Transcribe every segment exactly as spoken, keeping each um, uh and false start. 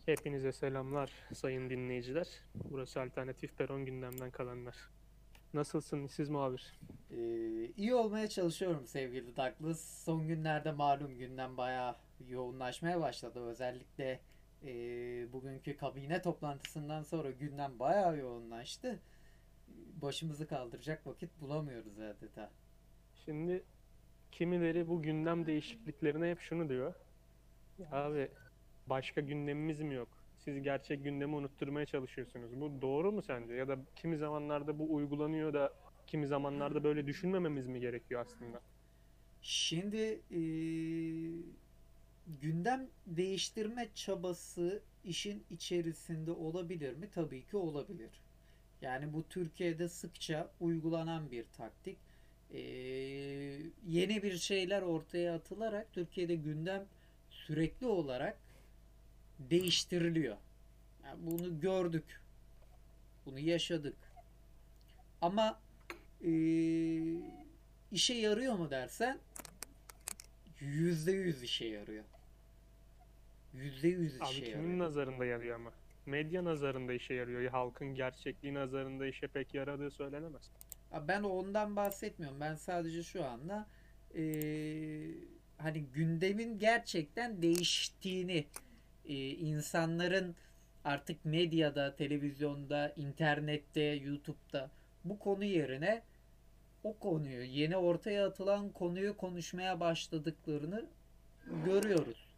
Hepinize selamlar sayın dinleyiciler. Burası Alternatif Peron gündemden kalanlar. Nasılsın siz muhabir? Ee, iyi olmaya çalışıyorum sevgili Douglas. Son günlerde malum gündem bayağı yoğunlaşmaya başladı. Özellikle e, bugünkü kabine toplantısından sonra gündem bayağı yoğunlaştı. Başımızı kaldıracak vakit bulamıyoruz adeta. Şimdi kimileri bu gündem değişikliklerine hep şunu diyor. Ya abi başka gündemimiz mi yok? Siz gerçek gündemi unutturmaya çalışıyorsunuz. Bu doğru mu sence? Ya da kimi zamanlarda bu uygulanıyor da kimi zamanlarda böyle düşünmememiz mi gerekiyor aslında? Şimdi e, gündem değiştirme çabası işin içerisinde olabilir mi? Tabii ki olabilir. Yani bu Türkiye'de sıkça uygulanan bir taktik. Ee, Yeni bir şeyler ortaya atılarak Türkiye'de gündem sürekli olarak değiştiriliyor. Yani bunu gördük, bunu yaşadık. Ama ee, işe yarıyor mu dersen yüzde yüz işe yarıyor. Yüzde yüz Abi işe yarıyor. kimin nazarında yarıyor ama? Medya nazarında işe yarıyor. Ya halkın gerçekliği nazarında işe pek yaradığı söylenemez. Ben ondan bahsetmiyorum. Ben sadece şu anda ee, hani gündemin gerçekten değiştiğini, e, insanların artık medyada, televizyonda, internette, YouTube'da bu konu yerine o konuyu, yeni ortaya atılan konuyu konuşmaya başladıklarını görüyoruz.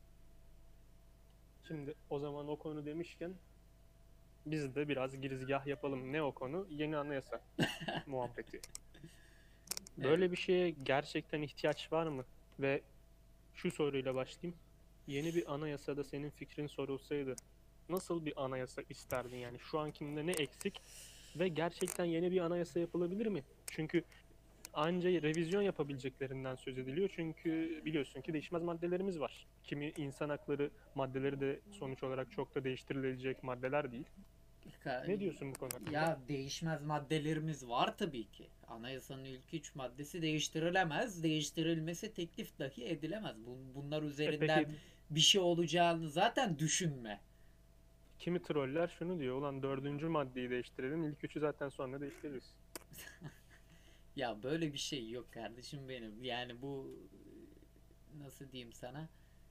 Şimdi o zaman o konu demişken biz de biraz girizgah yapalım. Ne o konu? Yeni anayasa muhabbeti. Evet. Böyle bir şeye gerçekten ihtiyaç var mı? Ve şu soruyla başlayayım. Yeni bir anayasada senin fikrin sorulsaydı nasıl bir anayasa isterdin? Yani şu ankinde ne eksik ve gerçekten yeni bir anayasa yapılabilir mi? Çünkü anca revizyon yapabileceklerinden söz ediliyor. Çünkü biliyorsun ki değişmez maddelerimiz var. Kimi insan hakları maddeleri de sonuç olarak çok da değiştirilecek maddeler değil. Ne diyorsun bu konu hakkında? Ya değişmez maddelerimiz var tabii ki. Anayasanın ilk üç maddesi değiştirilemez. Değiştirilmesi teklif dahi edilemez. Bunlar E üzerinden peki bir şey olacağını zaten düşünme. kimi troller şunu diyor. Ulan dördüncü maddeyi değiştirelim. İlk üçü zaten sonra değiştiririz. Ya böyle bir şey yok kardeşim benim. Yani bu, nasıl diyeyim sana?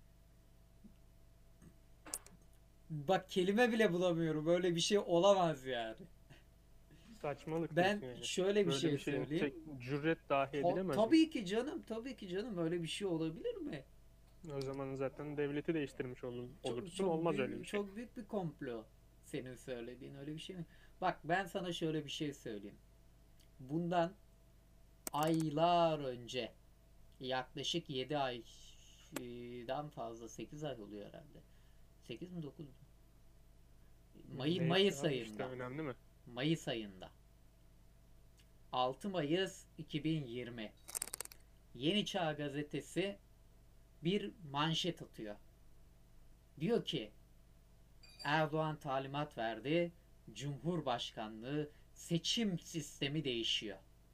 Bak kelime bile bulamıyorum. Böyle bir şey olamaz yani. Saçmalık Ben diyorsun yani. şöyle bir Böyle şey bir şeyin söyleyeyim. tek cüret dahi Ta- edilemez mi? tabii ki canım, tabii ki canım, öyle bir şey olabilir mi? O zaman zaten devleti değiştirmiş olur, Çok olursun. çok Olmaz öyle bir büyük şey. çok büyük bir komplo senin söylediğin, öyle bir şey mi? Bak ben sana şöyle bir şey söyleyeyim. Bundan aylar önce, yaklaşık yedi aydan fazla, sekiz ay oluyor herhalde. sekiz mi, dokuz mu? May Neyse Mayıs abi işte ayında. önemli mi? Mayıs ayında. altı Mayıs iki bin yirmi. Yeni Çağ gazetesi bir manşet atıyor. Diyor ki Erdoğan talimat verdi. Cumhurbaşkanlığı seçim sistemi değişiyor.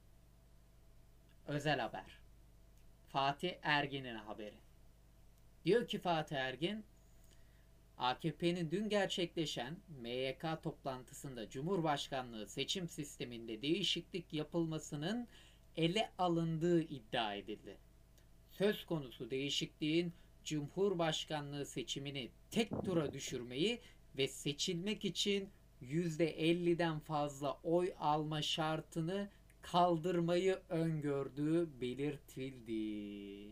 Özel haber. Fatih Ergin'in haberi. Diyor ki Fatih Ergin, A K P'nin dün gerçekleşen M Y K toplantısında Cumhurbaşkanlığı seçim sisteminde değişiklik yapılmasının ele alındığı iddia edildi. Söz konusu değişikliğin Cumhurbaşkanlığı seçimini tek tura düşürmeyi ve seçilmek için yüzde elliden fazla oy alma şartını kaldırmayı öngördüğü belirtildi.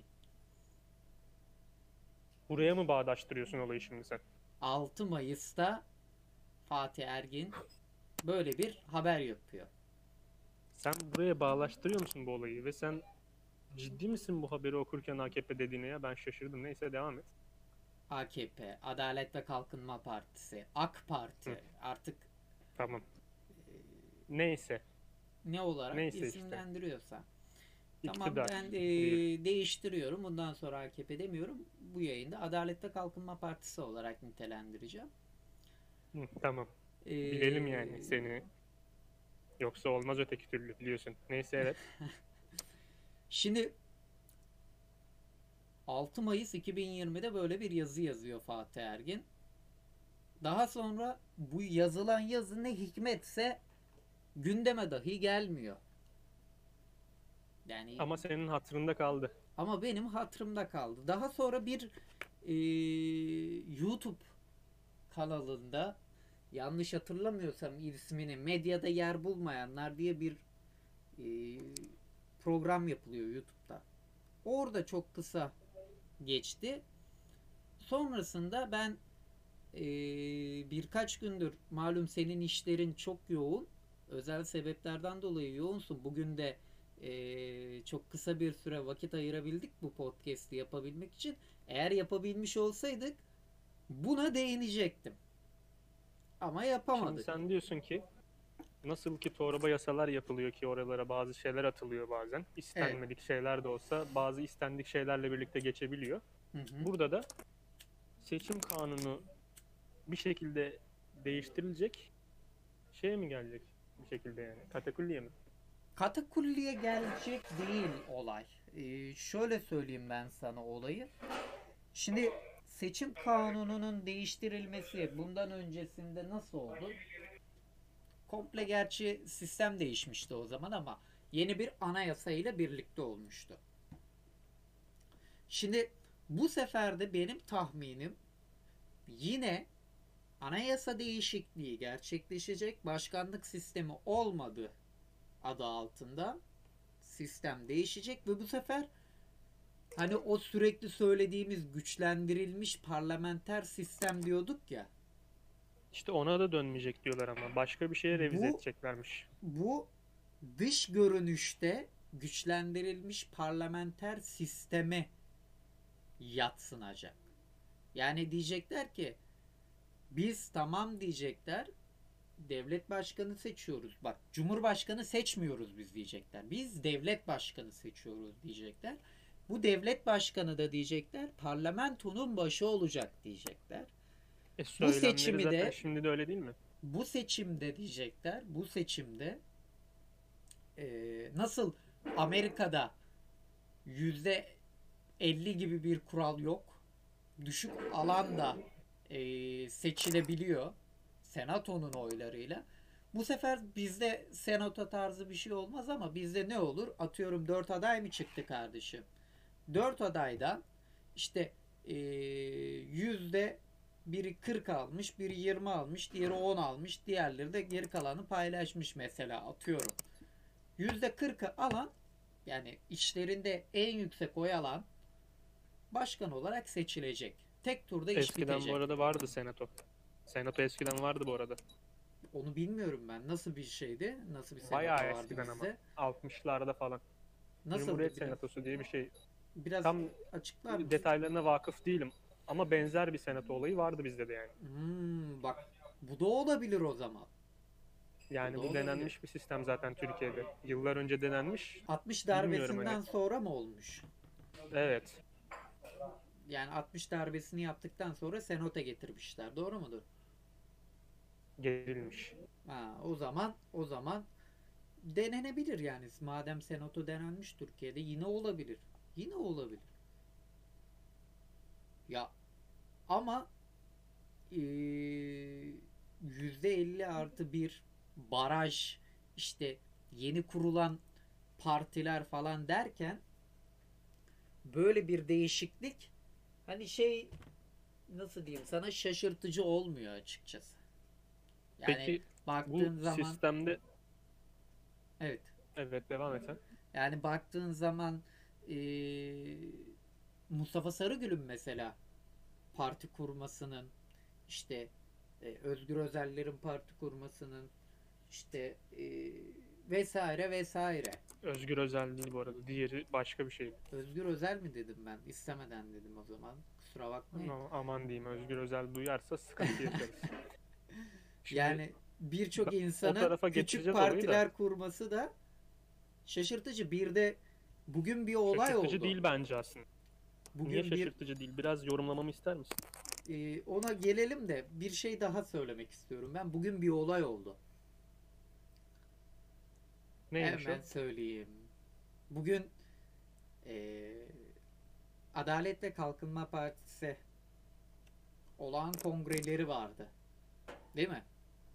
Buraya mı bağdaştırıyorsun olayı şimdi sen? altı Mayıs'ta Fatih Ergin böyle bir haber yapıyor. Sen buraya bağlaştırıyor musun bu olayı? Ve sen ciddi misin bu haberi okurken A K P dediğine ya? Ben şaşırdım. Neyse devam et. A K P, Adalet ve Kalkınma Partisi, AK Hı, Parti artık tamam. Neyse. ne olarak Neyse işte. isimlendiriyorsa. Tamam, İktidar ben e, diyelim. değiştiriyorum. Bundan sonra A K P demiyorum. Bu yayında Adalet ve Kalkınma Partisi olarak nitelendireceğim. Hı, tamam. Bilelim E, yani seni. Yoksa olmaz öteki türlü biliyorsun. Neyse evet. Şimdi altı Mayıs iki bin yirmide böyle bir yazı yazıyor Fatih Ergin. Daha sonra bu yazılan yazı ne hikmetse gündeme dahi gelmiyor. Yani Ama senin hatırında kaldı. ama benim hatırımda kaldı. Daha sonra bir e, YouTube kanalında, yanlış hatırlamıyorsam ismini, medyada yer bulmayanlar diye bir e, program yapılıyor YouTube'da. Orada çok kısa geçti. Sonrasında ben e, birkaç gündür, malum senin işlerin çok yoğun. Özel sebeplerden dolayı yoğunsun. Bugün de e, çok kısa bir süre vakit ayırabildik bu podcast'i yapabilmek için. Eğer yapabilmiş olsaydık buna değinecektim. Ama Şimdi yapamadık. sen diyorsun ki nasıl ki torba yasalar yapılıyor ki oralara bazı şeyler atılıyor bazen. Evet. İstenmedik şeyler de olsa bazı istendik şeylerle birlikte geçebiliyor. Hı hı. Burada da seçim kanunu bir şekilde değiştirilecek, şeye mi gelecek bir şekilde yani katakulliye mi? Katakulliye gelecek değil olay. Ee, şöyle söyleyeyim ben sana olayı. Şimdi seçim kanununun değiştirilmesi bundan öncesinde nasıl oldu? Komple, gerçi sistem değişmişti o zaman ama yeni bir anayasa ile birlikte olmuştu. Şimdi bu sefer de benim tahminim yine anayasa değişikliği gerçekleşecek. Başkanlık sistemi olmadı adı altında sistem değişecek ve bu sefer hani o sürekli söylediğimiz güçlendirilmiş parlamenter sistem diyorduk ya. İşte ona da dönmeyecek diyorlar ama başka bir şeye revize Bu edeceklermiş. bu dış görünüşte güçlendirilmiş parlamenter sisteme yadsınacak. Yani diyecekler ki biz tamam diyecekler, devlet başkanı seçiyoruz. Bak, cumhurbaşkanı seçmiyoruz biz diyecekler. Biz devlet başkanı seçiyoruz diyecekler. Bu devlet başkanı da diyecekler parlamentonun başı olacak diyecekler. E Bu söylemleri seçimi zaten de şimdi de öyle değil mi? bu seçimde diyecekler. Bu seçimde e, nasıl Amerika'da yüzde elli gibi bir kural yok. Düşük alanda e, seçilebiliyor. Senatonun oylarıyla. Bu sefer bizde senato tarzı bir şey olmaz ama bizde ne olur? Atıyorum dört aday mı çıktı kardeşim? Dört adaydan işte e, yüzde biri kırk almış, biri yirmi almış, diğeri on almış, diğerleri de geri kalanı paylaşmış mesela, atıyorum. Yüzde kırkı alan, yani işlerinde en yüksek oy alan başkan olarak seçilecek. Tek turda iş Eskiden bu bitecek. arada vardı senato. Senato eskiden vardı bu arada. Onu bilmiyorum ben. Nasıl bir şeydi? Nasıl bir Bayağı senato vardı eskiden ama. bizde? altmışlarda falan. Nasıldı Cumhuriyet biraz? Senatosu diye bir şey. Biraz Tam açıklar mısın? detaylarına vakıf değilim. Ama benzer bir senato olayı vardı bizde de yani. Hmm, bak bu da olabilir o zaman. Bu Yani da bu olabilir. denenmiş bir sistem zaten Türkiye'de. Yıllar önce denenmiş. altmış Bilmiyorum hani. darbesinden sonra mı olmuş? Evet. Yani altmış darbesini yaptıktan sonra senata getirmişler. Doğru mudur? Gerilmiş. Ha, o zaman o zaman denenebilir yani. Madem senato denenmiş Türkiye'de, yine olabilir. Yine olabilir. Ya ama eee, yüzde elli artı bir baraj, işte yeni kurulan partiler falan derken böyle bir değişiklik, hani şey, nasıl diyeyim sana, şaşırtıcı olmuyor açıkçası. Yani Peki bu baktığın zaman, sistemde evet, evet devam et sen. yani baktığın zaman eee, Mustafa Sarıgül'ün mesela parti kurmasının, işte e, Özgür Özeller'in parti kurmasının, işte e, vesaire vesaire. Özgür Özel değil bu arada. Diğeri başka bir şey. Özgür Özel mi dedim ben? İstemeden dedim o zaman. Kusura bakmayın. No, aman diyeyim Özgür Özel duyarsa sıkıntı yaşarız. Şimdi Yani birçok ben- o insanın tarafa küçük getireceğiz olayı da partiler kurması da şaşırtıcı. Bir de bugün bir olay şaşırtıcı oldu. değil bence aslında. Niye Bugün bir şaşırtıcı değil? Biraz yorumlamamı ister misin? e, ona gelelim de bir şey daha söylemek istiyorum ben. Bugün bir olay oldu. Neymiş o? Hemen söyleyeyim. Bugün e, Adalet ve Kalkınma Partisi olağan kongreleri vardı. Değil mi?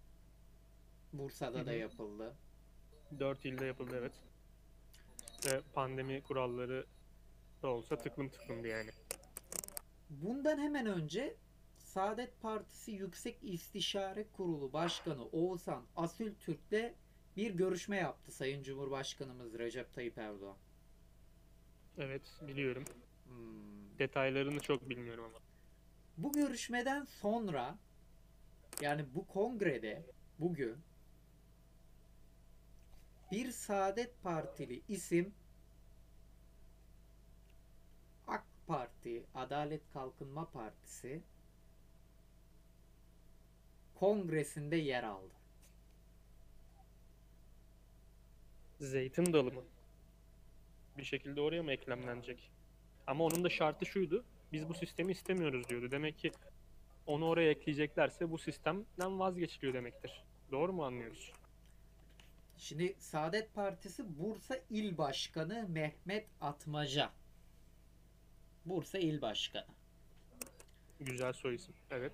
Hı Bursa'da da hı. yapıldı. Dört ilde yapıldı, evet. Ve pandemi kuralları da olsa tıklım tıklımdı yani. Bundan hemen önce Saadet Partisi Yüksek İstişare Kurulu Başkanı Oğuzhan Asültürk'le bir görüşme yaptı Sayın Cumhurbaşkanımız Recep Tayyip Erdoğan. Evet, biliyorum. Hmm. Detaylarını çok bilmiyorum ama. Bu görüşmeden sonra, yani bu kongrede bugün bir Saadet Partili isim AK Parti, Adalet Kalkınma Partisi kongresinde yer aldı. Zeytin dalı mı? Bir şekilde oraya mı eklemlenecek? Ama onun da şartı şuydu. Biz bu sistemi istemiyoruz diyordu. Demek ki onu oraya ekleyeceklerse bu sistemden vazgeçiliyor demektir. Doğru mu anlıyoruz? Şimdi Saadet Partisi Bursa İl Başkanı Mehmet Atmaca. Bursa İl Başkanı. Güzel soy isim. Evet.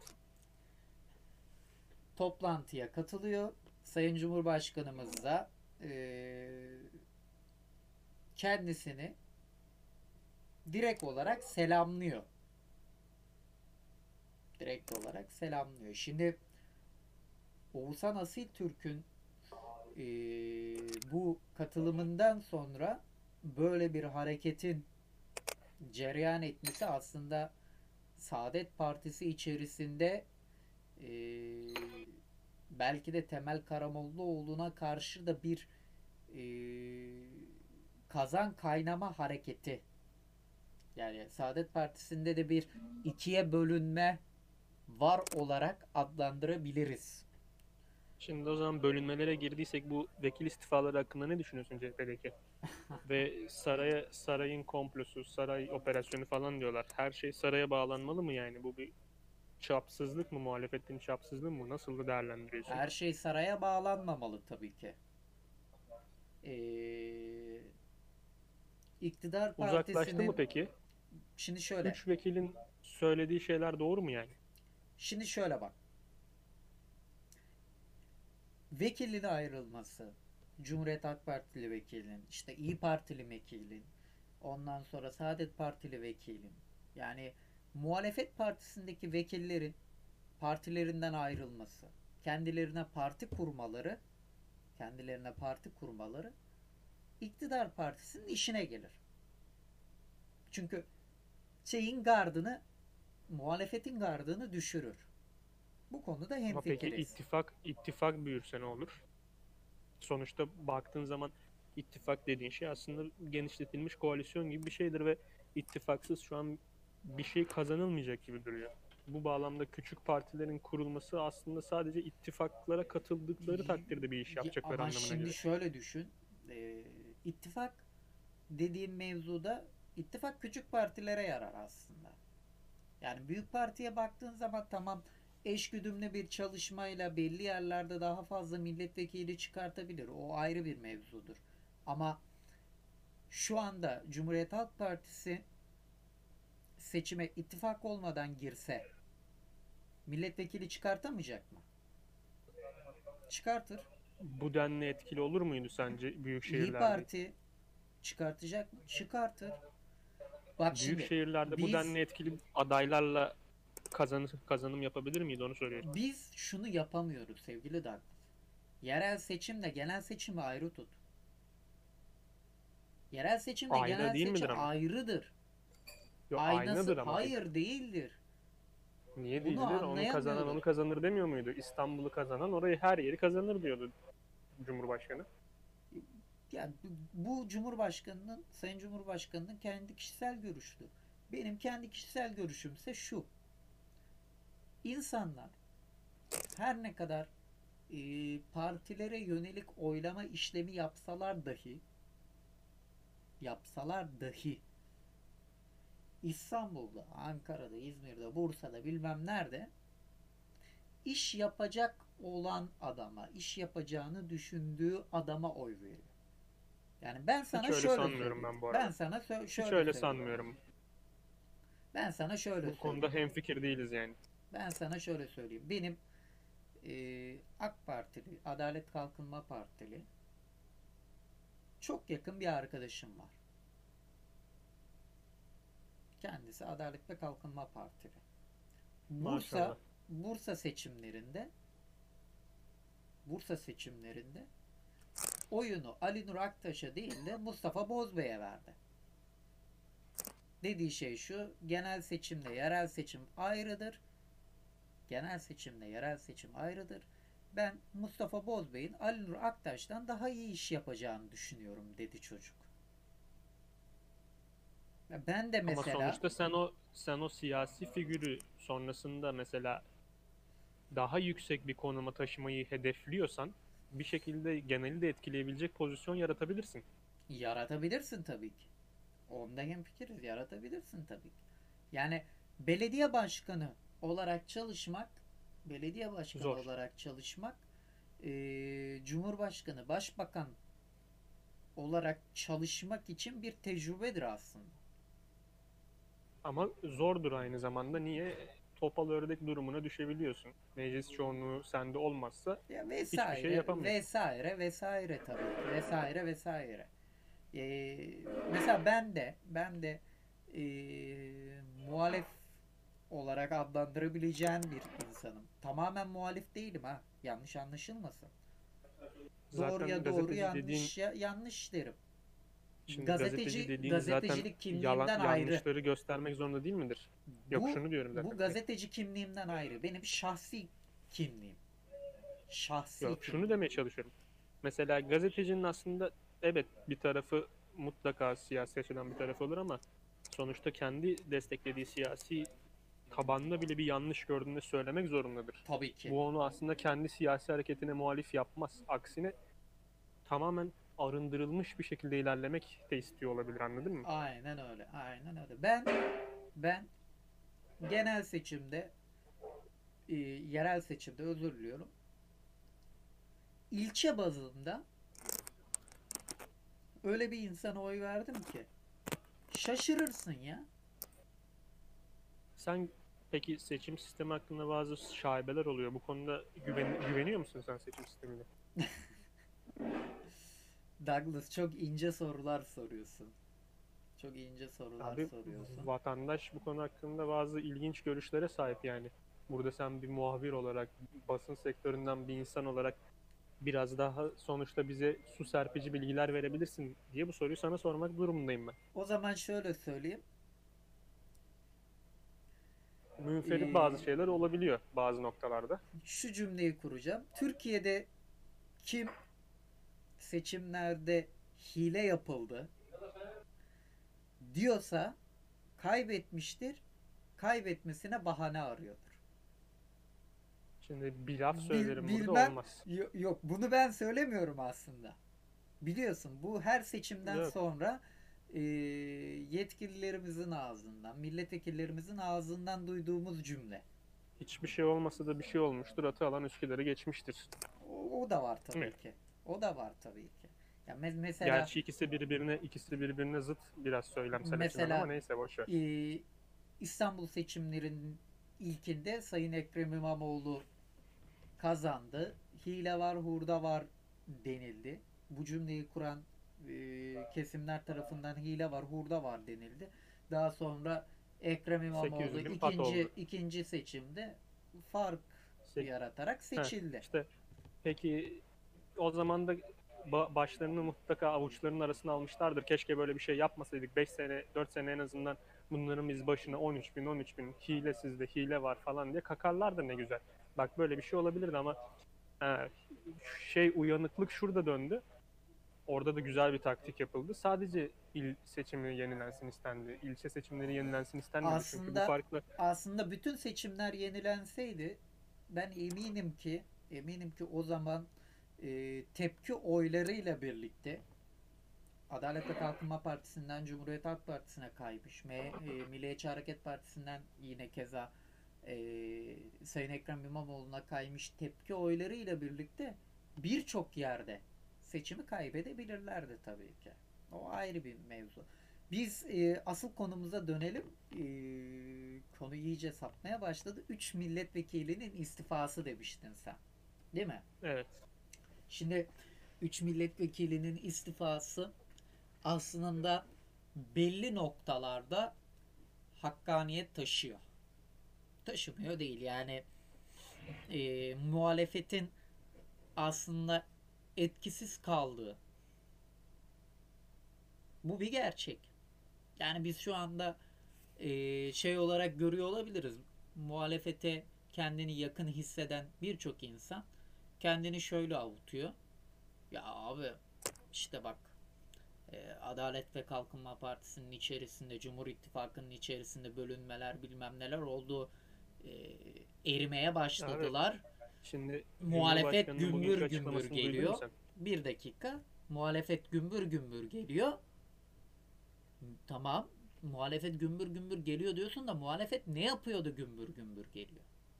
Toplantıya katılıyor. Sayın Cumhurbaşkanımız da eee, kendisini direkt olarak selamlıyor. Direkt olarak selamlıyor. Şimdi Oğuzhan Asil Türk'ün eee, bu katılımından sonra böyle bir hareketin cereyan etmesi aslında Saadet Partisi içerisinde eee, belki de Temel Karamollaoğlu'na karşı da bir eee, kazan kaynama hareketi. Yani Saadet Partisi'nde de bir ikiye bölünme var olarak adlandırabiliriz. Şimdi o zaman bölünmelere girdiysek bu vekil istifaları hakkında ne düşünüyorsun C H P'deki? Ve saraya sarayın komplosu, saray operasyonu falan diyorlar. Her şey saraya bağlanmalı mı yani? Bu bir çapsızlık mı? Muhalefetin çapsızlığı mı? Nasıl da değerlendiriyorsun? Her şey saraya bağlanmamalı tabii ki. Ee, iktidar Uzaklaştı mı partisinin peki? şimdi şöyle Üç vekilin söylediği şeyler doğru mu yani? şimdi şöyle bak. Vekilin ayrılması, Cumhuriyet Halk Partili vekilin, işte İyi Partili vekilin, ondan sonra Saadet Partili vekilin, yani muhalefet partisindeki vekillerin partilerinden ayrılması, kendilerine parti kurmaları, kendilerine parti kurmaları iktidar partisinin işine gelir. Çünkü şeyin gardını, muhalefetin gardını düşürür. Bu konuda Ama peki hemfikiriz. ittifak ittifak büyürse ne olur? Sonuçta baktığın zaman ittifak dediğin şey aslında genişletilmiş koalisyon gibi bir şeydir ve ittifaksız şu an bir şey kazanılmayacak gibi duruyor. Bu bağlamda küçük partilerin kurulması aslında sadece ittifaklara katıldıkları takdirde bir iş yapacakları Ama anlamına şimdi gelir. şöyle düşün. Ee, ittifak dediğim mevzuda ittifak küçük partilere yarar aslında. Yani büyük partiye baktığın zaman tamam, eşgüdümlü bir çalışmayla belli yerlerde daha fazla milletvekili çıkartabilir. O ayrı bir mevzudur. Ama şu anda Cumhuriyet Halk Partisi seçime ittifak olmadan girse milletvekili çıkartamayacak mı? Çıkartır. Bu denli etkili olur muydu sence büyük İyi şehirlerde? Parti çıkartacak mı? Çıkartır. Bak Büyük şimdi şehirlerde bu biz denli etkili adaylarla kazanım, kazanım yapabilir miydi onu soruyorum. biz şunu yapamıyoruz sevgili Douglas. Yerel seçimle genel seçimi ayrı tut. Yerel seçimle Ayna genel değil seçim midir ama? ayrıdır. Yo, Aynası aynadır ama peki. hayır değildir. Niye Bunu değildir? Onu kazanan onu anlayamıyoruz. kazanır demiyor muydu? İstanbul'u kazanan orayı her yeri kazanır diyordu Cumhurbaşkanı. Yani bu Cumhurbaşkanının, Sayın Cumhurbaşkanının kendi kişisel görüştü. Benim kendi kişisel görüşümse şu. İnsanlar her ne kadar e, partilere yönelik oylama işlemi yapsalar dahi yapsalar dahi İstanbul'da, Ankara'da, İzmir'de, Bursa'da bilmem nerede iş yapacak olan adama, iş yapacağını düşündüğü adama oy veriyor. Yani ben Hiç sana öyle şöyle sanmıyorum söyleyeyim. ben bu Ben arada. sana sö- Hiç şöyle öyle söyleyeyim. sanmıyorum. Ben sana şöyle Bu konuda söyleyeyim. hemfikir değiliz yani. Ben sana şöyle söyleyeyim. Benim e, AK Partili, Adalet Kalkınma Partili çok yakın bir arkadaşım var. Kendisi Adalet ve Kalkınma Partili. Maşallah. Bursa Bursa seçimlerinde Bursa seçimlerinde oyunu Ali Nur Aktaş'a değil de Mustafa Bozbey'e verdi. Dediği şey şu: genel seçimle yerel seçim ayrıdır. Genel seçimle yerel seçim ayrıdır. Ben Mustafa Bozbey'in Ali Nur Aktaş'tan daha iyi iş yapacağını düşünüyorum dedi çocuk. Ben de Ama mesela sonuçta sen o sen o siyasi figürü sonrasında mesela daha yüksek bir konuma taşımayı hedefliyorsan bir şekilde geneli de etkileyebilecek pozisyon yaratabilirsin. yaratabilirsin tabii ki. Onda hemfikiriz, yaratabilirsin tabii ki. Yani belediye başkanı olarak çalışmak, belediye başkanı Zor. olarak çalışmak, eee, Cumhurbaşkanı, Başbakan olarak çalışmak için bir tecrübedir aslında. Ama zordur aynı zamanda. Niye? Topal ördek durumuna düşebiliyorsun. Meclis çoğunluğu sende olmazsa Ya hiçbir şey vesaire, yapamıyorsun. vesaire, vesaire tabii ki. Vesaire, vesaire. Ee, mesela ben de, ben de ee, muhalif olarak adlandırabileceğin bir insanım. Tamamen muhalif değilim ha. Yanlış anlaşılmasın. Zaten Doğruya doğru, gazeteci dediğin yanlış ya yanlış derim. şimdi gazeteci Gazeteci dediğin zaten gazetecilik yalan kimliğimden ayrı. yanlışları göstermek zorunda değil midir? Yok Bu şunu diyorum bu zaten. gazeteci kimliğimden ayrı. Benim şahsi kimliğim. Şahsi Yok şunu kimliğim. demeye çalışıyorum. Mesela gazetecinin aslında evet bir tarafı mutlaka siyasi açıdan bir tarafı olur ama sonuçta kendi desteklediği siyasi tabanda bile bir yanlış gördüğünde söylemek zorundadır. Tabii ki. Bu onu aslında kendi siyasi hareketine muhalif yapmaz. Aksine tamamen arındırılmış bir şekilde ilerlemek de istiyor olabilir, anladın mı? Aynen öyle. Aynen öyle. Ben ben genel seçimde e, yerel seçimde özür diliyorum. İlçe bazında öyle bir insana oy verdim ki şaşırırsın ya. Sen peki seçim sistemi hakkında bazı şaibeler oluyor. Bu konuda güven, güveniyor musun sen seçim sistemine? Douglas, çok ince sorular soruyorsun. Çok ince sorular Abi soruyorsun. vatandaş bu konu hakkında bazı ilginç görüşlere sahip yani. Burada sen bir muhabir olarak, basın sektöründen bir insan olarak biraz daha sonuçta bize su serpici bilgiler verebilirsin diye bu soruyu sana sormak durumundayım ben. O zaman şöyle söyleyeyim. Münferit bazı Ee, şeyler olabiliyor bazı noktalarda. şu cümleyi kuracağım. Türkiye'de kim seçimlerde hile yapıldı diyorsa kaybetmiştir. Kaybetmesine bahane arıyordur. Şimdi bir laf Bil- söylerim burada bilmem olmaz. yo- yok, bunu ben söylemiyorum aslında. Biliyorsun, bu her seçimden Yok. sonra e, yetkililerimizin ağzından, milletvekillerimizin ağzından duyduğumuz cümle. Hiçbir şey olmasa da bir şey olmuştur. Atı alan Üsküdar'ı geçmiştir. O, o da var Değil tabii mi? ki. O da var tabii ki. Ya me- mesela Gerçi ikisi birbirine ikisi birbirine zıt biraz söylemsel açıdan ama mesela neyse boş ver. e, İstanbul seçimlerinin ilkinde Sayın Ekrem İmamoğlu kazandı. Hile var, hurda var denildi. Bu cümleyi kuran e, kesimler tarafından hile var, hurda var denildi. Daha sonra Ekrem İmamoğlu sekiz yüz bin pat ikinci oldu. ikinci seçimde fark Sek- yaratarak Heh, seçildi. işte peki o zaman da ba- başlarını mutlaka avuçlarının arasına almışlardır. Keşke böyle bir şey yapmasaydık. beş sene, dört sene en azından bunların biz başına on üç bin, on üç bin hile sizde hile var falan diye kakarlardı ne güzel. Bak böyle bir şey olabilirdi ama e, şey uyanıklık şurada döndü. Orada da güzel bir taktik yapıldı. Sadece il seçimi yenilensin istendi. İlçe seçimleri yenilensin istenmedi. Çünkü bu Aslında farklı aslında bütün seçimler yenilenseydi ben eminim ki eminim ki o zaman e, tepki oylarıyla birlikte Adalet ve Kalkınma Partisi'nden Cumhuriyet Halk Partisi'ne kaymış. M, e, Milliyetçi Hareket Partisi'nden yine keza e, Sayın Ekrem İmamoğlu'na kaymış tepki oylarıyla birlikte birçok yerde seçimi kaybedebilirlerdi tabii ki. O ayrı bir mevzu. Biz e, asıl konumuza dönelim. E, konu iyice sapmaya başladı. Üç milletvekilinin istifası demiştin sen. Değil mi? Evet. Şimdi üç milletvekilinin istifası aslında belli noktalarda hakkaniyet taşıyor. Taşımıyor değil. Yani e, muhalefetin aslında etkisiz kaldığı, bu bir gerçek. Yani biz şu anda e, şey olarak görüyor olabiliriz. Muhalefete kendini yakın hisseden birçok insan kendini şöyle avutuyor. Ya abi işte bak, e, Adalet ve Kalkınma Partisi'nin içerisinde, Cumhur İttifakı'nın içerisinde bölünmeler bilmem neler oldu. E, erimeye Ya evet. başladılar. Şimdi Muhalefet Cumhurbaşkanı'nın gümbür bugünkü gümbür açıklamasını duydun mu geliyor. sen? Bir dakika. Muhalefet gümbür gümbür geliyor. Tamam. Muhalefet gümbür gümbür geliyor diyorsun da muhalefet ne yapıyordu gümbür gümbür geliyor?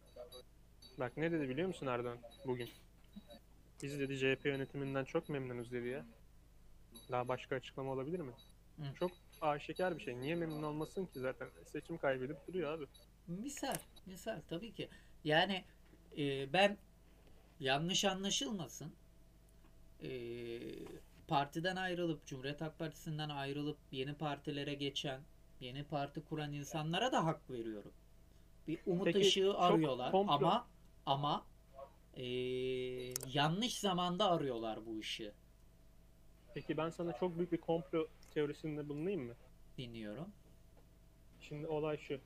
Bak ne dedi biliyor musun Erdoğan bugün? Biz dedi C H P yönetiminden çok memnunuz dedi ya. Daha başka açıklama olabilir mi? Hı. Çok aşikar bir şey. Niye memnun olmasın ki zaten? Seçim kaybedip duruyor abi. Misal, misal tabii ki. Yani e, ben, yanlış anlaşılmasın, e, partiden ayrılıp, Cumhuriyet Halk Partisi'nden ayrılıp yeni partilere geçen, yeni parti kuran insanlara da hak veriyorum. Bir umut Peki ışığı çok arıyorlar komplo ama ama e, yanlış zamanda arıyorlar bu ışığı. Peki ben sana çok büyük bir komplo teorisinde bulunayım mı? Dinliyorum. Şimdi olay şu.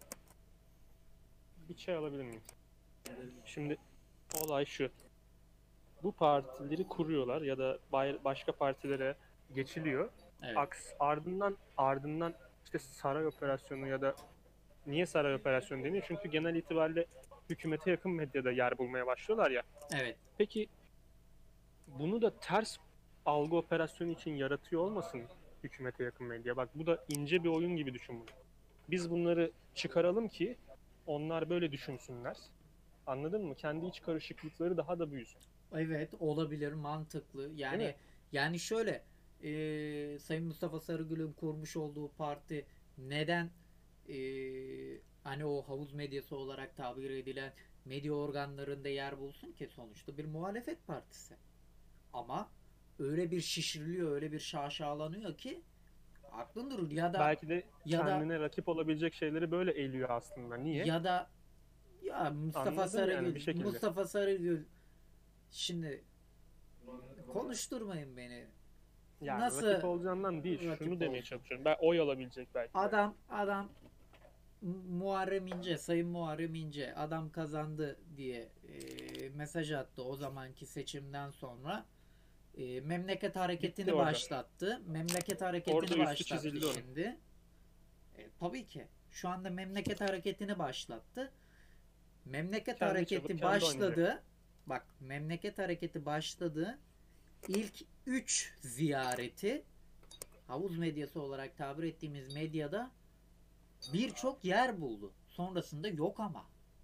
Bir çay alabilir miyim? Şimdi olay şu. Bu partileri kuruyorlar ya da bay- başka partilere geçiliyor. Evet. Aks ardından ardından işte saray operasyonu ya da niye saray operasyonu deniyor? Çünkü genel itibariyle hükümete yakın medyada yer bulmaya başlıyorlar ya. Evet. Peki bunu da ters algı operasyonu için yaratıyor olmasın hükümete yakın medya? Bak bu da ince bir oyun gibi düşün bunu. Biz bunları çıkaralım ki onlar böyle düşünsünler. Anladın mı? Kendi iç karışıklıkları daha da büyüsün. Evet, olabilir, mantıklı. Değil Yani mi? yani şöyle, e, Sayın Mustafa Sarıgül'ün kurmuş olduğu parti neden, e, hani o havuz medyası olarak tabir edilen medya organlarında yer bulsun ki? Sonuçta bir muhalefet partisi. Ama öyle bir şişiriliyor, öyle bir şaşalanıyor ki aklın durur. Ya da Belki de ya da kendine rakip olabilecek şeyleri böyle eliyor aslında. Niye? ya da ya Mustafa Anladın yani bir Sarıgül şekilde. Mustafa Sarıgül, şimdi konuşturmayın beni. Yani rakip Nasıl olacağından değil, şunu rakip demeye olsun? çalışıyorum. Ben oy alabilecek belki de. Adam adam Muharrem İnce, Sayın Muharrem İnce adam kazandı diye e, mesaj attı o zamanki seçimden sonra. E, memleket Bitti hareketini orada. başlattı. Memleket hareketini Orada üstü başlattı çizildi onun. şimdi. E, tabii ki. Şu anda memleket hareketini başlattı. Memleket Kendi hareketi çabuk kendi oynayacak. başladı. Bak, memleket hareketi başladı. İlk üç ziyareti, havuz medyası olarak tabir ettiğimiz medyada, birçok yer buldu. Sonrasında yok ama.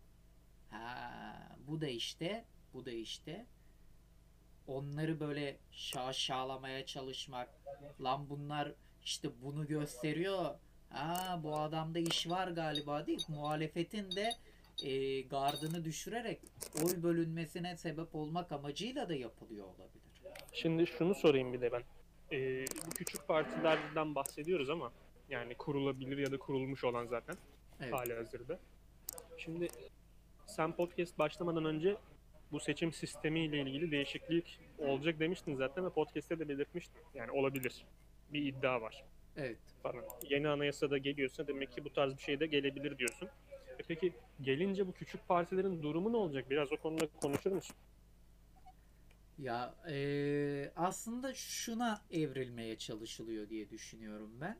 Ha, bu da işte, bu da işte onları böyle şaşalamaya çalışmak. Lan bunlar işte bunu gösteriyor. Ha, bu adamda iş var galiba değil. Muhalefetin de e, gardını düşürerek oy bölünmesine sebep olmak amacıyla da yapılıyor olabilir. Şimdi şunu sorayım bir de ben. Ee, bu küçük partilerden bahsediyoruz ama yani kurulabilir ya da kurulmuş olan zaten Evet. halihazırda. Şimdi sen podcast başlamadan önce bu seçim sistemiyle ilgili değişiklik olacak demiştin zaten ve podcast'te de belirtmiştin. Yani olabilir. Bir iddia var Evet. falan. Yeni anayasada geliyorsa demek ki bu tarz bir şey de gelebilir diyorsun. E peki gelince bu küçük partilerin durumu ne olacak? Biraz o konuda konuşur musun? Ya e, aslında şuna evrilmeye çalışılıyor diye düşünüyorum ben.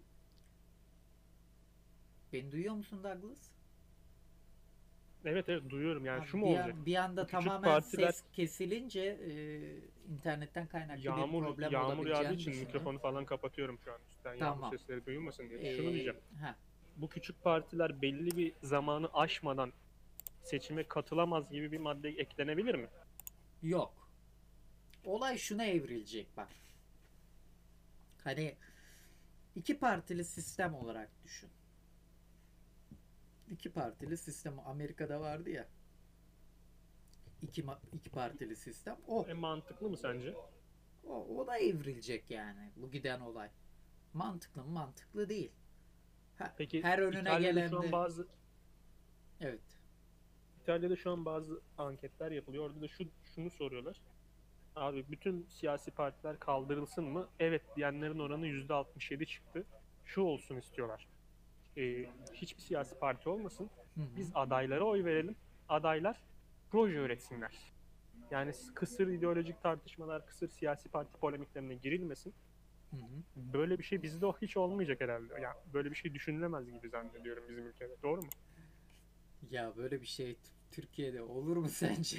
Beni duyuyor musun Douglas? Evet evet duyuyorum. Yani Abi şu mu bir, olacak? an- bir anda Bu küçük tamamen partiler ses kesilince e, internetten kaynaklı bir yağmur problem yağmur yağdığı olabileceğini için düşündüm. mikrofonu falan kapatıyorum şu an üstten yağmur Tamam. sesleri duyulmasın diye. Şunu E, diyeceğim. ha, Bu küçük partiler belli bir zamanı aşmadan seçime katılamaz gibi bir madde eklenebilir mi? yok. Olay şuna evrilecek bak. Hani iki partili sistem olarak düşün. İki partili sistem Amerika'da vardı ya. iki, ma- iki partili sistem. O, E, mantıklı mı sence? o, o da evrilecek yani bu giden olay. Mantıklı mı? Mantıklı değil. Ha- Peki her önüne İtalya'da şu an gelende bazı evet. İtalya'da şu an bazı anketler yapılıyor. Orada da şu şunu soruyorlar. Abi bütün siyasi partiler kaldırılsın mı? Evet diyenlerin oranı yüzde altmış yedi çıktı. Şu olsun istiyorlar. Ee, hiçbir siyasi parti olmasın. Hı hı. Biz adaylara oy verelim. Adaylar proje üretsinler. Yani kısır ideolojik tartışmalar, kısır siyasi parti polemiklerine girilmesin. Hı hı. Böyle bir şey bizde o hiç olmayacak herhalde. Yani böyle bir şey düşünülemez gibi zannediyorum bizim ülkede. Doğru mu? Ya böyle bir şey t- Türkiye'de olur mu sence?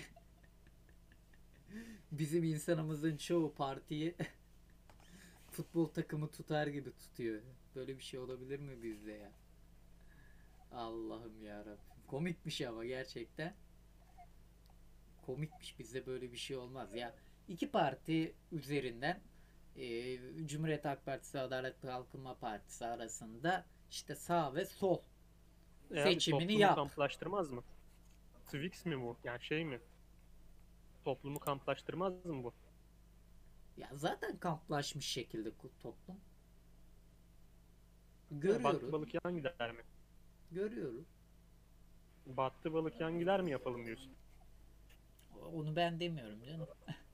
Bizim insanımızın çoğu partiyi futbol takımı tutar gibi tutuyor. Böyle bir şey olabilir mi bizde ya? Allah'ım ya Rabbim. Komikmiş ama gerçekten. Komikmiş, bizde böyle bir şey olmaz ya. İki parti üzerinden e, Cumhuriyet Halk Partisi, Adalet ve Kalkınma Partisi arasında işte sağ ve sol E abi seçimini toplumu yap. kamplaştırmaz mı? Twix mi bu? Yani şey mi? Toplumu kamplaştırmaz mı bu? Ya zaten kamplaşmış şekilde ku- toplum. Yani battı Görüyoruz. balık yan gider mi? Görüyoruz. Battı balık yan gider mi yapalım diyorsun? Onu ben demiyorum canım.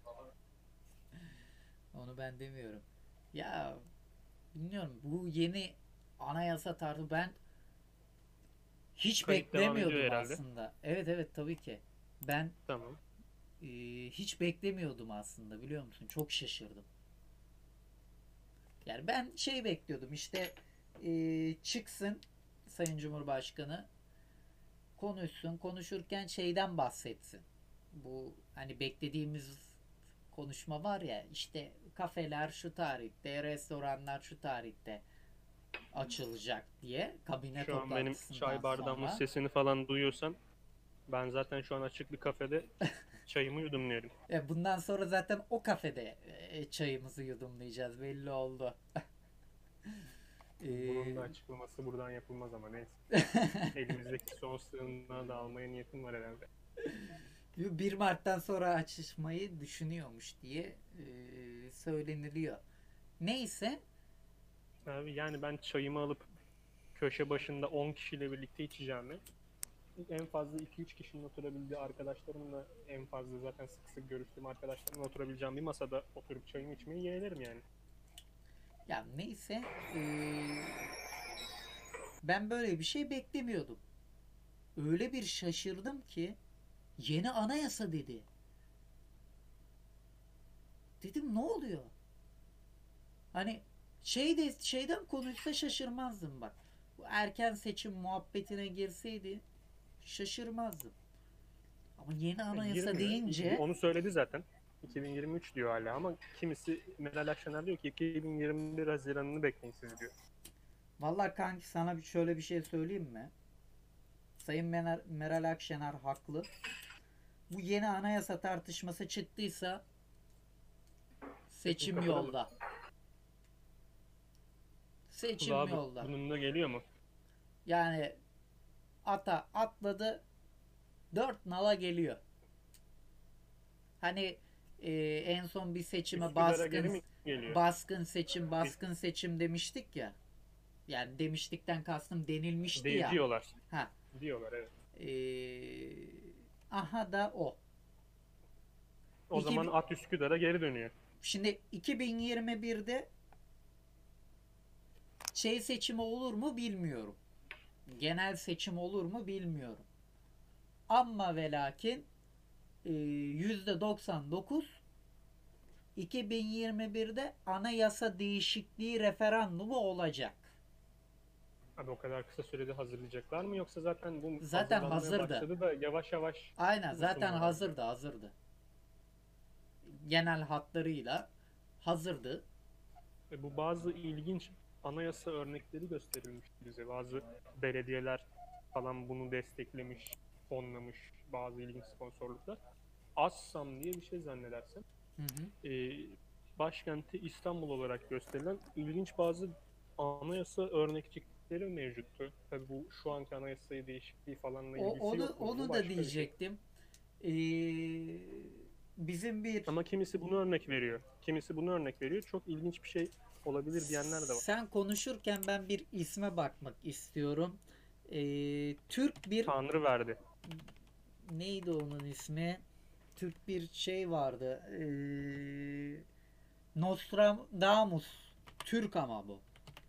Onu ben demiyorum. Ya bilmiyorum, bu yeni anayasa tarzı ben hiç Kayıt devam ediyor beklemiyordum herhalde. aslında. Evet evet, tabii ki. Ben Tamam. e, hiç beklemiyordum aslında, biliyor musun? Çok şaşırdım. Yani ben şey bekliyordum işte, e, çıksın Sayın Cumhurbaşkanı, konuşsun, konuşurken şeyden bahsetsin. Bu hani beklediğimiz konuşma var ya, işte kafeler şu tarihte, restoranlar şu tarihte açılacak diye, kabine Şu an benim toplantısından çay bardağımın sonra. sesini falan duyuyorsan ben zaten şu an açık bir kafede çayımı yudumluyorum. E, bundan sonra zaten o kafede e, çayımızı yudumlayacağız, belli oldu. Bunun da E, açıklaması buradan yapılmaz ama neyse. Elimizdeki son sığınağı da almaya niyetim var herhalde. bir Mart'tan sonra açışmayı düşünüyormuş diye e, söyleniliyor. Neyse. Abi yani ben çayımı alıp köşe başında on kişiyle birlikte içeceğimi en fazla iki üç kişinin oturabildiği arkadaşlarımla, en fazla zaten sık sık görüştüğüm arkadaşlarımla oturabileceğim bir masada oturup çayımı içmeyi yeğlerim yani. Ya neyse, eee, ben böyle bir şey beklemiyordum. Öyle bir şaşırdım ki yeni anayasa dedi. Dedim ne oluyor? Hani şey de şeyden konuşsa şaşırmazdım bak. Bu erken seçim muhabbetine girseydi şaşırmazdım. Ama yeni E, anayasa girmiyor. deyince Onu söyledi zaten. iki bin yirmi üç diyor hala ama kimisi Meral Akşener diyor ki iki bin yirmi bir Haziran'ını bekleyin siz diyor. vallahi kanki sana bir şöyle bir şey söyleyeyim mi? Sayın Meral, Meral Akşener haklı. Bu yeni anayasa tartışması çıktıysa seçim Kafada mı? yolda. Seçim Kulağa yolda. bunun da geliyor mu? Yani ata atladı, dört nala geliyor. Hani e, en son bir seçime Üsküdar'a geri baskın mi geliyor? baskın seçim baskın seçim demiştik ya. Yani demiştikten kastım denilmişti De ya. diyorlar. Ha. Diyorlar evet. E, aha da o. O İki, zaman at Üsküdar'a geri dönüyor. şimdi iki bin yirmi birde şey seçimi olur mu bilmiyorum. Genel seçim olur mu bilmiyorum. Ama ve lakin e, yüzde doksan dokuz iki bin yirmi birde anayasa değişikliği referandumu olacak. Abi o kadar kısa sürede hazırlayacaklar mı yoksa zaten bu Zaten hazırlanmaya hazırdı. başladı da yavaş yavaş Aynen, mı zaten sunmaya hazırdı başladı? hazırdı. Genel hatlarıyla hazırdı. E bu bazı ilginç anayasa örnekleri gösterilmiş bize. Bazı belediyeler falan bunu desteklemiş, fonlamış bazı ilginç sponsorluklar. Assam diye bir şey zannedersem. Hı hı. E, başkenti İstanbul olarak gösterilen ilginç bazı anayasa örnekçikleri mevcuttu. Tabii bu şu anki anayasayı değişikliği falanla O, ilgisi onu yok. Bu onu da başka bir şey. diyecektim. Ee, bizim bir Ama kimisi bunu örnek veriyor. Kimisi bunu örnek veriyor. Çok ilginç bir şey olabilir diyenler de var. Sen konuşurken ben bir isme bakmak istiyorum. Ee, Türk bir Tanrı verdi. neydi onun ismi? Türk bir şey vardı. Ee, Nostradamus. Türk ama bu.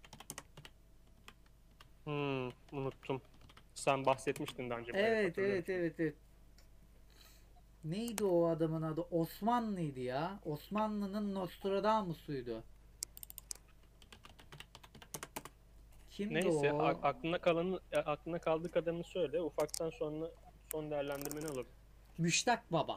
Hmm, unuttum. Sen bahsetmiştin daha önce. Evet, hatırlıyorum evet, şimdi. evet, evet. Neydi o adamın adı? Osmanlı'ydı ya. Osmanlı'nın Nostradamus'uydu. Kimdi Neyse, o? a- aklına kalanı, a- aklına kaldığı kadarını söyle. Ufaktan sonra son değerlendirmeni alalım. Müştak Baba.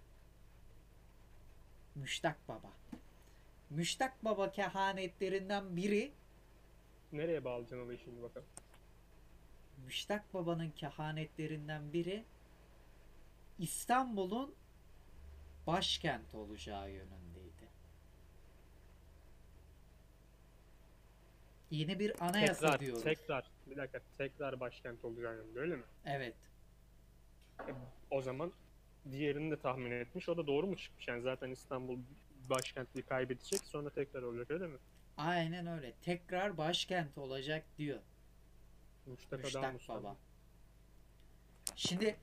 Müştak Baba. Müştak Baba kehanetlerinden biri, Nereye bağlayacaksın olayı şimdi bakalım. Müştak Baba'nın kehanetlerinden biri İstanbul'un başkent olacağı yönündeydi. Yeni bir anayasa Tekrar, diyoruz. tekrar, bir dakika, tekrar başkent olacağını yönünde, öyle mi? Evet. E, O zaman diğerini de tahmin etmiş. O da doğru mu çıkmış? Yani zaten İstanbul başkentliği kaybedecek, sonra tekrar olacak, öyle mi? Aynen öyle. Tekrar başkent olacak diyor Müştak Müştak Adamus. Baba. Şimdi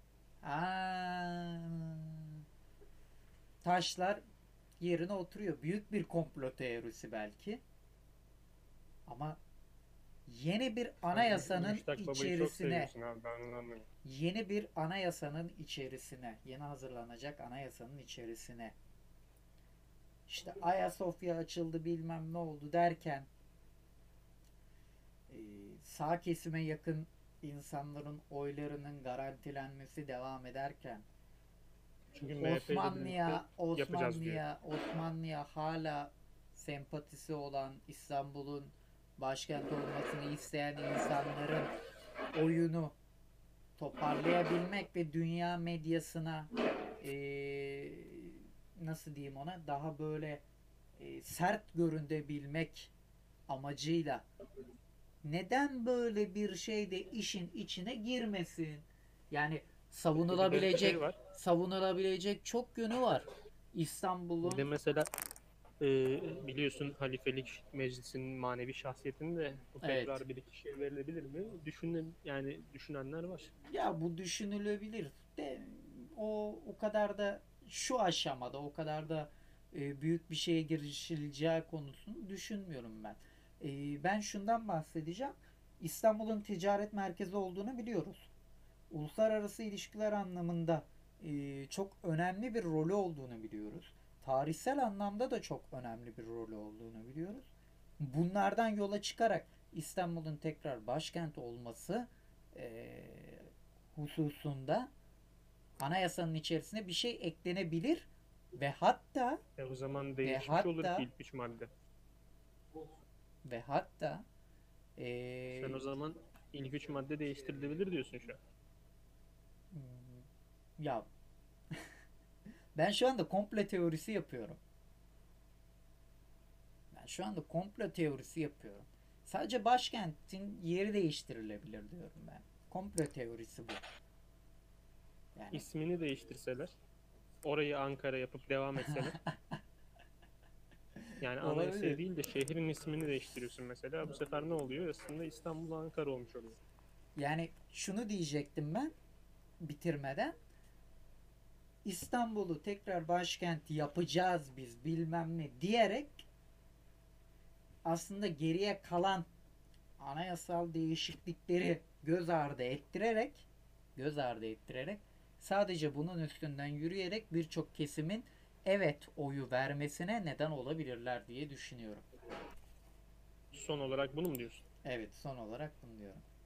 aa, taşlar yerine oturuyor. Büyük bir komplo teorisi belki. Ama yeni bir anayasanın Müştak Baba'yı çok içerisine seviyorsun abi, ben onu anlıyorum. yeni bir anayasanın içerisine yeni hazırlanacak anayasanın içerisine işte Ayasofya açıldı bilmem ne oldu derken e, sağ kesime yakın insanların oylarının garantilenmesi devam ederken Çünkü M H P ile Osmanlı'ya birlikte yapacağız diyor. Osmanlı'ya Osmanlı'ya hala sempatisi olan İstanbul'un başkent olmasını isteyen insanların oyunu toparlayabilmek ve dünya medyasına eee, nasıl diyeyim ona daha böyle eee, sert görünebilmek amacıyla neden böyle bir şey de işin içine girmesin? Yani Bir de savunulabilecek şey var. savunulabilecek çok yönü var. Bir de İstanbul'un mesela e, biliyorsun Halifelik Meclisi'nin manevi şahsiyetini de bu Evet. tekrar bir iki kişiye verilebilir mi? Düşünün, yani düşünenler var. ya bu düşünülebilir de o o kadar da şu aşamada o kadar da e, büyük bir şeye girişileceği konusunu düşünmüyorum ben. E, ben şundan bahsedeceğim. İstanbul'un ticaret merkezi olduğunu biliyoruz. Uluslararası ilişkiler anlamında e, çok önemli bir rolü olduğunu biliyoruz. Tarihsel anlamda da çok önemli bir rolü olduğunu biliyoruz. Bunlardan yola çıkarak İstanbul'un tekrar başkent olması e, hususunda anayasanın içerisine bir şey eklenebilir ve hatta E o zaman ve değişmiş olur hatta ki ilk üç madde. ve hatta e, Sen o zaman ilk üç madde değiştirilebilir diyorsun şu an. ya ben şu anda komple teorisi yapıyorum. Ben şu anda komplo teorisi yapıyorum. Sadece başkentin yeri değiştirilebilir diyorum ben. Komplo teorisi bu. Yani İsmini değiştirseler, orayı Ankara yapıp devam etseler. Yani Olabilir. anayasayı değil de şehrin ismini değiştiriyorsun mesela. Bu sefer ne oluyor? Aslında İstanbul Ankara olmuş oluyor. yani şunu diyecektim ben bitirmeden. İstanbul'u tekrar başkent yapacağız biz bilmem ne diyerek aslında geriye kalan anayasal değişiklikleri göz ardı ettirerek göz ardı ettirerek sadece bunun üstünden yürüyerek birçok kesimin evet oyu vermesine neden olabilirler diye düşünüyorum. Son olarak bunu mu diyorsun? Evet son olarak bunu diyorum.